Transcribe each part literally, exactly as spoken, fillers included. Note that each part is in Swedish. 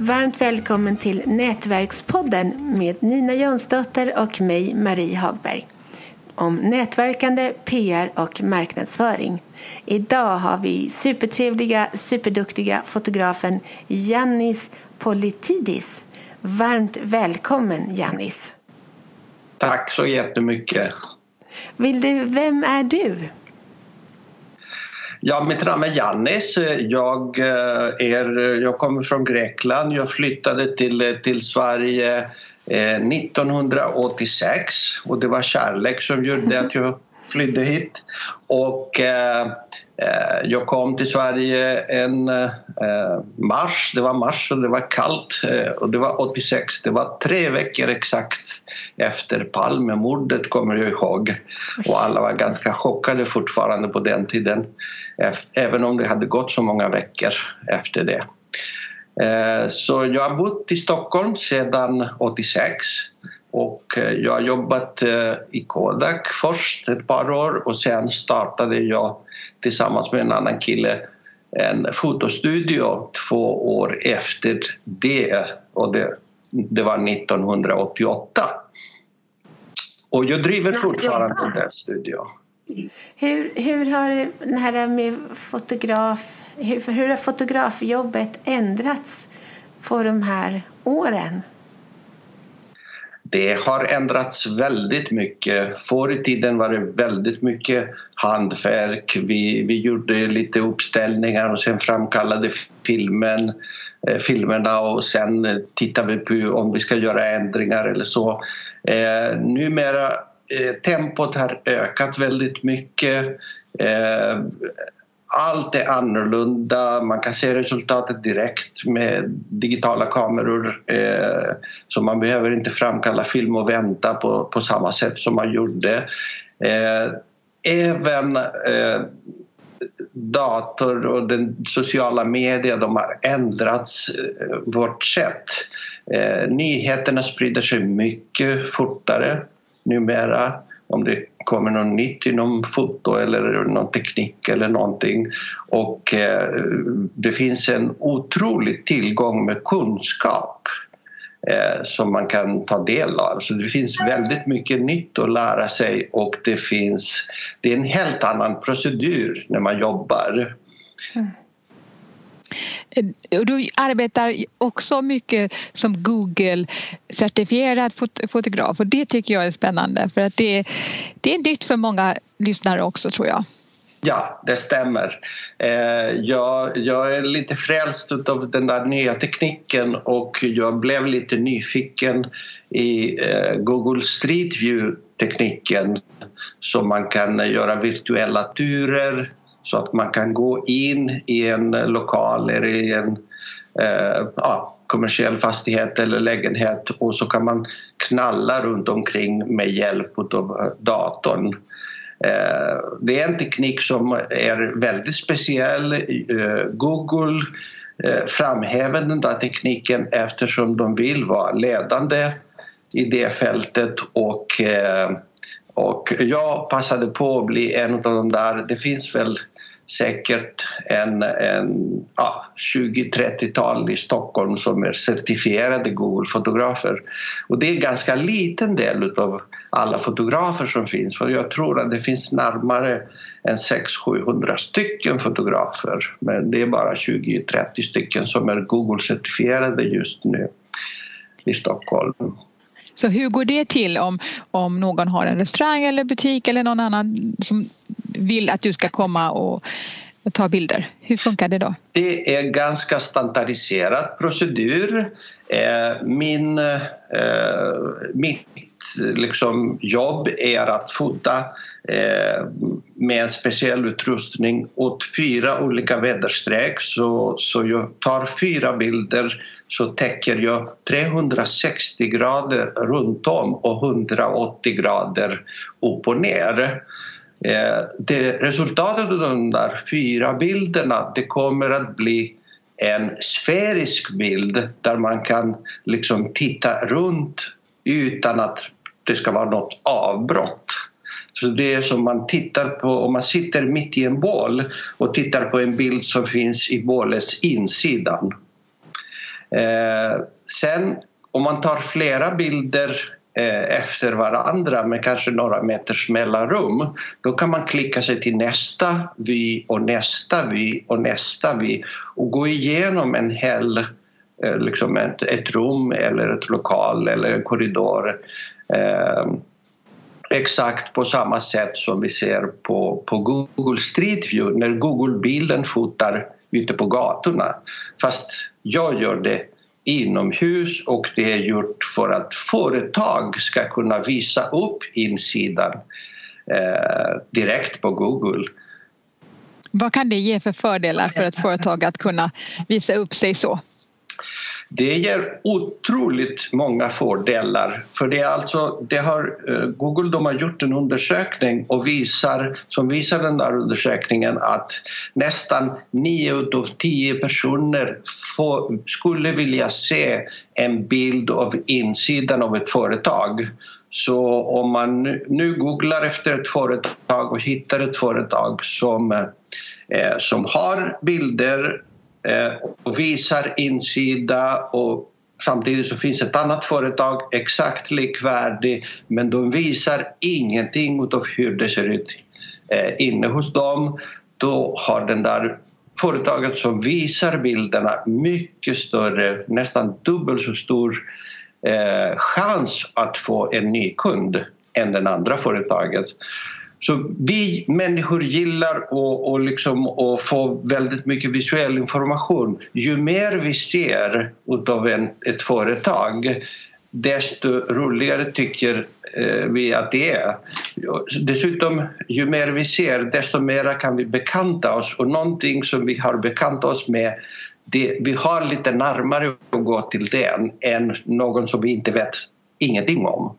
Varmt välkommen till Nätverkspodden med Nina Jonsdotter och mig, Marie Hagberg. Om nätverkande, P R och marknadsföring. Idag har vi supertrevliga, superduktiga fotografen Yannis Politidis. Varmt välkommen, Yannis. Tack så jättemycket. Vill du, vem är du? Ja, mitt namn är Yannis. Jag, är, jag kommer från Grekland. Jag flyttade till, till Sverige nittonhundraåttiosex och det var kärlek som gjorde att jag flydde hit. Och eh, jag kom till Sverige en eh, mars, det var mars och det var kallt eh, och det var åttiosex. Det var tre veckor exakt efter Palmemordet, kommer jag ihåg. Och alla var ganska chockade fortfarande på den tiden, även om det hade gått så många veckor efter det. Så jag har bott i Stockholm sedan åttiosex och jag har jobbat i Kodak först ett par år och sen startade jag tillsammans med en annan kille en fotostudio två år efter det, och det, det var nittonhundraåttioåtta. Och jag driver fortfarande den studion. Hur, hur har det här med fotograf, hur, hur har fotografjobbet ändrats på de här åren? Det har ändrats väldigt mycket. Förr i tiden var det väldigt mycket handverk. Vi, vi gjorde lite uppställningar och sen framkallade filmen, eh, filmerna och sen tittade vi på om vi ska göra ändringar eller så. Eh, numera eh, tempot har ökat väldigt mycket. Eh, Allt är annorlunda. Man kan se resultatet direkt med digitala kameror. Eh, så man behöver inte framkalla film och vänta på, på samma sätt som man gjorde. Eh, även eh, dator och den sociala media, de har ändrats eh, vårt sätt. Eh, nyheterna sprider sig mycket fortare numera. Om det kommer något nytt inom foto eller någon teknik eller någonting. Och eh, det finns en otrolig tillgång med kunskap eh, som man kan ta del av. Så det finns väldigt mycket nytt att lära sig och det finns, det är en helt annan procedur när man jobbar. Mm. Du arbetar också mycket som Google-certifierad fot- fotograf och det tycker jag är spännande för att det, det är nytt för många lyssnare också, tror jag. Ja, det stämmer. Eh, jag, jag är lite frälst av den där nya tekniken och jag blev lite nyfiken i eh, Google Street View-tekniken, så man kan göra virtuella turer. Så att man kan gå in i en lokal eller i en eh, ja, kommersiell fastighet eller lägenhet och så kan man knalla runt omkring med hjälp av datorn. Eh, det är en teknik som är väldigt speciell. Eh, Google eh, framhäver den där tekniken eftersom de vill vara ledande i det fältet och eh, Och jag passade på att bli en av de där. Det finns väl säkert en, en ja, tjugo-trettiotal i Stockholm som är certifierade Google-fotografer. Och det är en ganska liten del av alla fotografer som finns. För jag tror att det finns närmare än sex till sjuhundra stycken fotografer. Men det är bara tjugo till trettio stycken som är Google-certifierade just nu i Stockholm. Så hur går det till om, om någon har en restaurang eller butik eller någon annan som vill att du ska komma och ta bilder? Hur funkar det då? Det är ganska standardiserad procedur. Min, mitt liksom, jobb är att fota med en speciell utrustning åt fyra olika väderstreck. Så, så jag tar fyra bilder så täcker jag trehundrasextio grader runt om och hundraåttio grader upp och ner. Det, resultatet av de där fyra bilderna, det kommer att bli en sfärisk bild där man kan liksom titta runt utan att det ska vara något avbrott. Så det är som man tittar på, om man sitter mitt i en bål och tittar på en bild som finns i bålets insidan. Eh, sen om man tar flera bilder eh, efter varandra med kanske några meters mellanrum, då kan man klicka sig till nästa vy och nästa vy och nästa vy och gå igenom en hel eh, liksom ett, ett rum eller ett lokal eller en korridor eh, exakt på samma sätt som vi ser på, på Google Street View när Google-bilden fotar ute på gatorna. Fast jag gör det inomhus och det är gjort för att företag ska kunna visa upp insidan eh, direkt på Google. Vad kan det ge för fördelar för ett företag att kunna visa upp sig så? Det ger otroligt många fördelar, för det är alltså, det har, Google de har gjort en undersökning och visar, som visar den där undersökningen att nästan nio av tio personer får, skulle vilja se en bild av insidan av ett företag. Så om man nu googlar efter ett företag och hittar ett företag som, eh, som har bilder och visar insida och samtidigt så finns ett annat företag exakt likvärdig, men de visar ingenting av hur det ser ut inne hos dem, då har den där företaget som visar bilderna mycket större, nästan dubbelt så stor eh, chans att få en ny kund än den andra företaget. Så vi människor gillar att, och liksom, att få väldigt mycket visuell information. Ju mer vi ser av en, ett företag, desto roligare tycker eh, vi att det är. Dessutom, ju mer vi ser, desto mer kan vi bekanta oss. Och någonting som vi har bekant oss med, det, vi har lite närmare att gå till den än någon som vi inte vet ingenting om.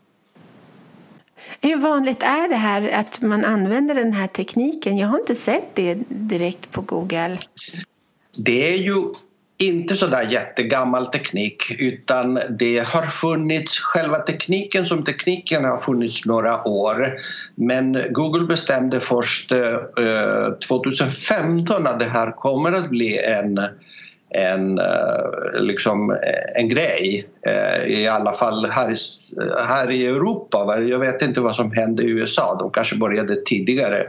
Hur vanligt är det här att man använder den här tekniken? Jag har inte sett det direkt på Google. Det är ju inte så där jättegammal teknik, utan det har funnits, själva tekniken som tekniken har funnits några år. Men Google bestämde först eh, tjugohundrafemton att det här kommer att bli en En, liksom, en grej, i alla fall här i, här i Europa. Jag vet inte vad som hände i U S A, de kanske började tidigare.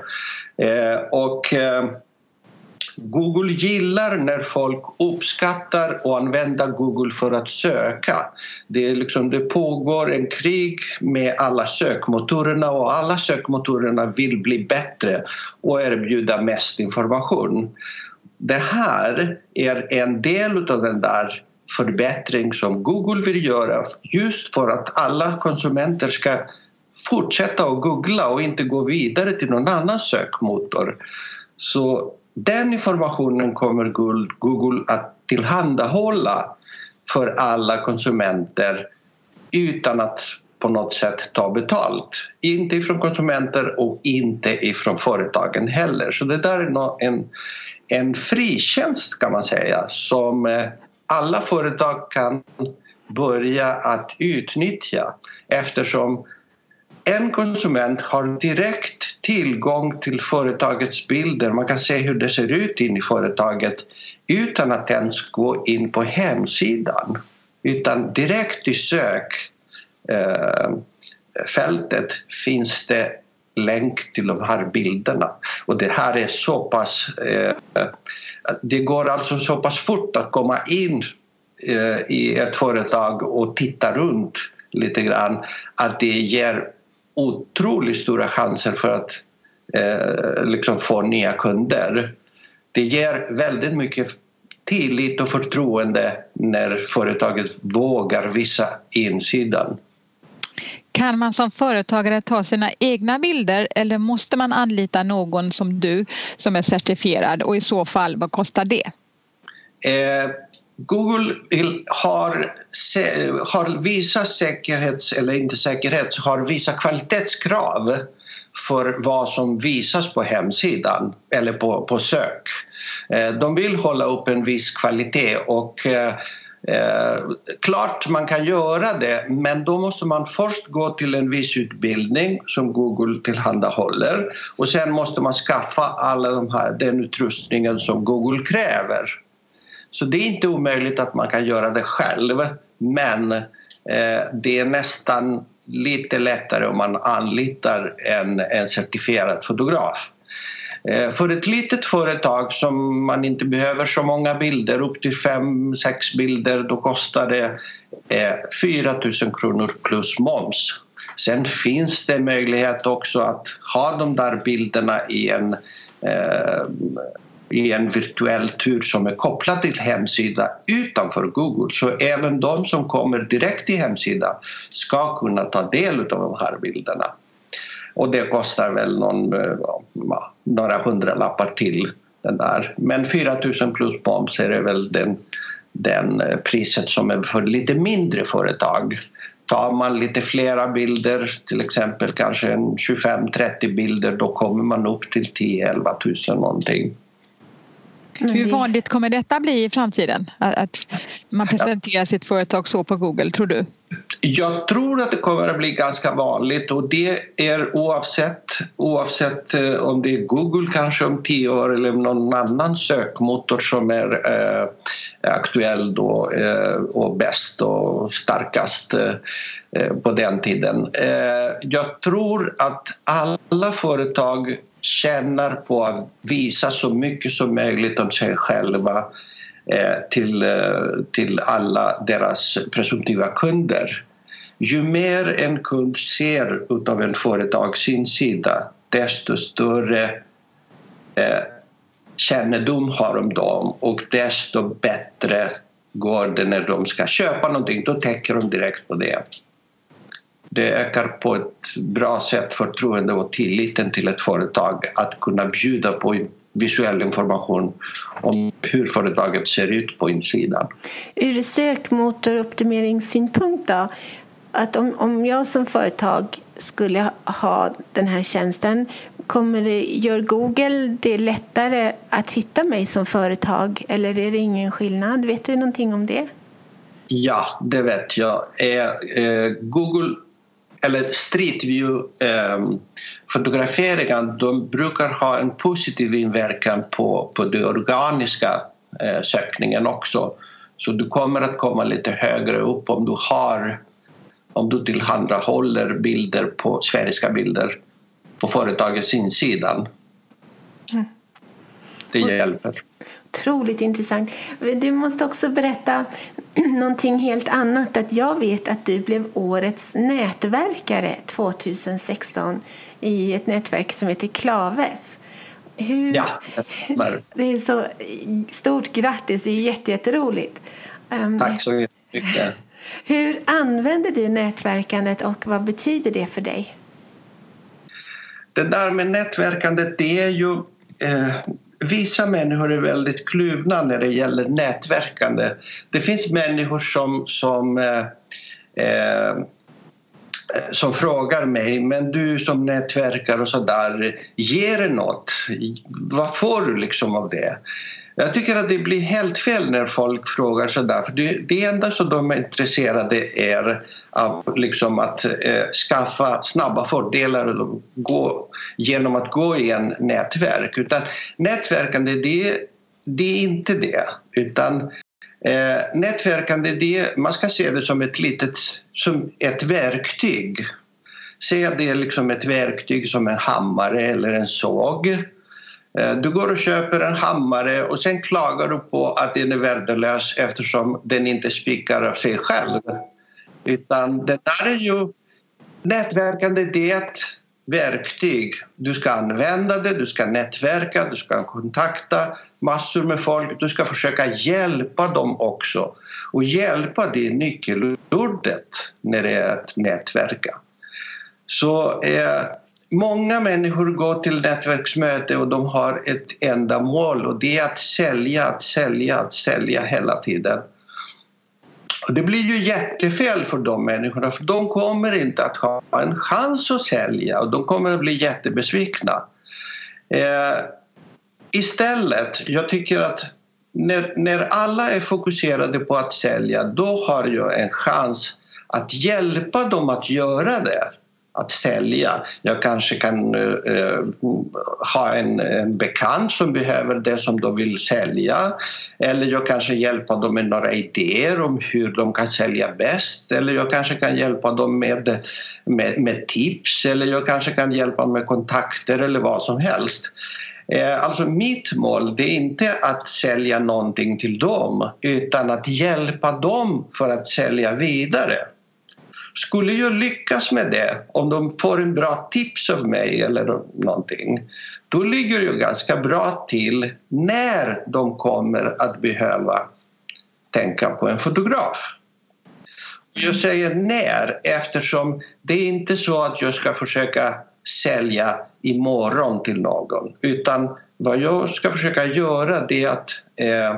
Och Google gillar när folk uppskattar och använder Google för att söka. Det, är liksom, det pågår en krig med alla sökmotorerna och alla sökmotorerna vill bli bättre och erbjuda mest information. Det här är en del av den där förbättring som Google vill göra just för att alla konsumenter ska fortsätta att googla och inte gå vidare till någon annan sökmotor. Så den informationen kommer Google att tillhandahålla för alla konsumenter utan att på något sätt ta betalt. Inte ifrån konsumenter och inte ifrån företagen heller. Så det där är en En fritjänst kan man säga som alla företag kan börja att utnyttja, eftersom en konsument har direkt tillgång till företagets bilder. Man kan se hur det ser ut in i företaget utan att ens gå in på hemsidan, utan direkt i sökfältet finns det länk till de här bilderna. Och det här är så pass eh, det går alltså så pass fort att komma in eh, i ett företag och titta runt lite grann att det ger otroligt stora chanser för att eh, liksom få nya kunder. Det ger väldigt mycket tillit och förtroende när företaget vågar visa insidan. Kan man som företagare ta sina egna bilder eller måste man anlita någon som du som är certifierad, och i så fall vad kostar det? Eh, Google har, har vissa säkerhets eller inte säkerhets har vissa kvalitetskrav för vad som visas på hemsidan eller på, på sök. Eh, de vill hålla upp en viss kvalitet och eh, Eh, klart man kan göra det, men då måste man först gå till en viss utbildning som Google tillhandahåller och sen måste man skaffa alla de här, den utrustningen som Google kräver. Så det är inte omöjligt att man kan göra det själv, men eh, det är nästan lite lättare om man anlitar en, en certifierad fotograf. Eh, för ett litet företag som man inte behöver så många bilder, upp till fem, sex bilder, då kostar det eh, fyra tusen kronor plus moms. Sen finns det möjlighet också att ha de där bilderna i en, eh, i en virtuell tur som är kopplad till hemsida utanför Google. Så även de som kommer direkt till hemsida ska kunna ta del av de här bilderna. Och det kostar väl någon, ja, några hundralappar till den där. Men fyra tusen plus moms är det väl den, den priset som är för lite mindre företag. Tar man lite flera bilder, till exempel kanske en tjugofem trettio bilder, då kommer man upp till tio till elva tusen någonting. Hur vanligt kommer detta bli i framtiden? Att man presenterar sitt företag så på Google, tror du? Jag tror att det kommer att bli ganska vanligt, och det är oavsett, oavsett om det är Google kanske om tio år eller någon annan sökmotor som är eh, aktuell då, eh, och bäst och starkast eh, på den tiden. Eh, jag tror att alla företag tjänar på att visa så mycket som möjligt om sig själva eh, till, eh, till alla deras presumtiva kunder. Ju mer en kund ser utav en företag sin sida, desto större eh, kännedom har om dem, och desto bättre går det när de ska köpa någonting. Då tänker de direkt på det. Det ökar på ett bra sätt förtroende och tilliten till ett företag att kunna bjuda på visuell information om hur företaget ser ut på insidan. Ur sökmotoroptimeringssynpunkt då, att om, om jag som företag skulle ha den här tjänsten, kommer det, gör Google det lättare att hitta mig som företag, eller är det ingen skillnad? Vet du någonting om det? Ja, det vet jag. Eh, eh, Google eller Street View eh, fotograferingen, de brukar ha en positiv inverkan på, på den organiska eh, sökningen också. Så du kommer att komma lite högre upp om du har om du tillhandahåller bilder på sfäriska bilder på företagets insidan. Mm. Det hjälper. Otroligt intressant. Du måste också berätta någonting helt annat. Att jag vet att du blev årets nätverkare tjugohundrasexton i ett nätverk som heter Klaves. Hur... Ja, det är så stort grattis, det är jätteroligt. Um, Tack så mycket. Hur använder du nätverkandet och vad betyder det för dig? Det där med nätverkandet, det är ju... Eh, vissa människor är väldigt kluvna när det gäller nätverkande. Det finns människor som, som, eh, eh, som frågar mig, men du som nätverkar och sådär, ger det något? Vad får du liksom av det? Jag tycker att det blir helt fel när folk frågar sådär. För det, det enda som de är intresserade är av liksom att eh, skaffa snabba fördelar och gå, genom att gå i en nätverk. Utan nätverkande, det, det är inte det. Utan eh, nätverkande, det, man ska se det som ett litet, som ett verktyg. Se det liksom ett verktyg som en hammare eller en såg. Du går och köper en hammare och sen klagar du på att den är värdelös eftersom den inte spikar av sig själv. Utan det där är ju nätverkande, det är ett verktyg. Du ska använda det, du ska nätverka, du ska kontakta massor med folk. Du ska försöka hjälpa dem också. Och hjälpa, det är nyckelordet när det är att nätverka. Så eh, många människor går till nätverksmöte och de har ett enda mål, och det är att sälja, att sälja, att sälja hela tiden. Och det blir ju jättefel för de människorna, för de kommer inte att ha en chans att sälja och de kommer att bli jättebesvikna. Eh, istället, jag tycker att när, när alla är fokuserade på att sälja, då har jag en chans att hjälpa dem att göra det. att sälja. Jag kanske kan eh, ha en, en bekant som behöver det som de vill sälja. Eller jag kanske hjälpa dem med några idéer om hur de kan sälja bäst. Eller jag kanske kan hjälpa dem med, med, med tips. Eller jag kanske kan hjälpa dem med kontakter eller vad som helst. Eh, alltså mitt mål, det är inte att sälja någonting till dem, utan att hjälpa dem för att sälja vidare. Skulle jag lyckas med det, om de får en bra tips av mig eller någonting, då ligger jag ganska bra till när de kommer att behöva tänka på en fotograf. Jag säger när, eftersom det är inte så att jag ska försöka sälja imorgon till någon, utan vad jag ska försöka göra det är att, eh,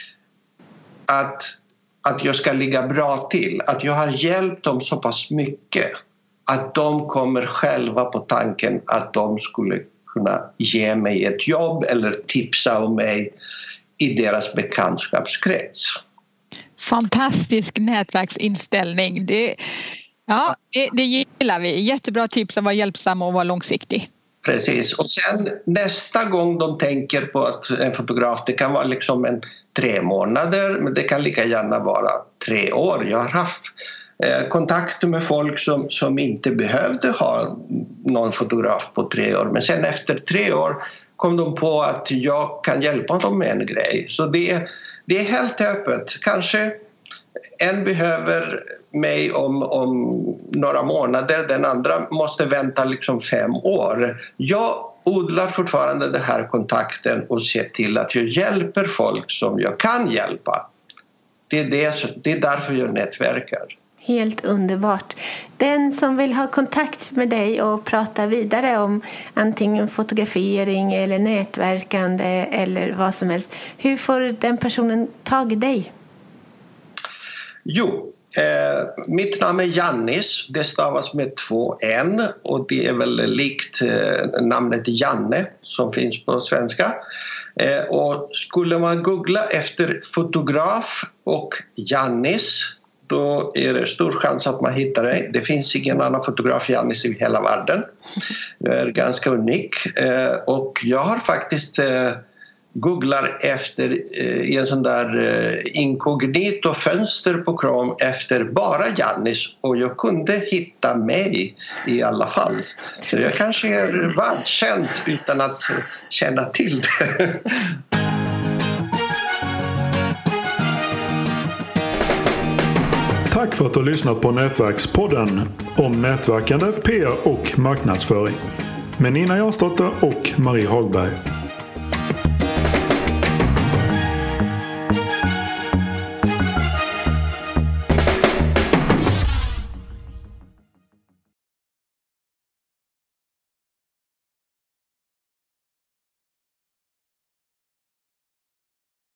att att jag ska ligga bra till, att jag har hjälpt dem så pass mycket att de kommer själva på tanken att de skulle kunna ge mig ett jobb eller tipsa om mig i deras bekantskapskrets. Fantastisk nätverksinställning. Det, ja, det, det gillar vi. Jättebra tips att vara hjälpsam och vara långsiktig. Precis. Och sen nästa gång de tänker på att en fotograf, det kan vara liksom en tre månader, men det kan lika gärna vara tre år. Jag har haft eh, kontakter med folk som, som inte behövde ha någon fotograf på tre år. Men sen efter tre år kom de på att jag kan hjälpa dem med en grej. Så det, det är helt öppet. Kanske en behöver mig om, om några månader, den andra måste vänta liksom fem år. Jag odlar fortfarande den här kontakten och ser till att jag hjälper folk som jag kan hjälpa. Det är, det, det är därför jag nätverkar. Helt underbart. Den som vill ha kontakt med dig och prata vidare om antingen fotografering eller nätverkande eller vad som helst, hur får den personen tag i dig? Jo, eh, mitt namn är Jannis. Det stavas med två N och det är väl likt eh, namnet Janne som finns på svenska. Eh, och skulle man googla efter fotograf och Jannis, då är det stor chans att man hittar det. Det finns ingen annan fotograf Jannis i hela världen. Jag är ganska unik. Eh, och jag har faktiskt... Eh, googlar efter eh, i en sån där eh, inkognito fönster på Chrome efter bara Jannis och jag kunde hitta mig i alla fall. Så jag kanske är världskänd utan att känna till det. Tack för att du har lyssnat på Nätverkspodden om nätverkande, P R och marknadsföring med Nina Jansdotter och Marie Hagberg.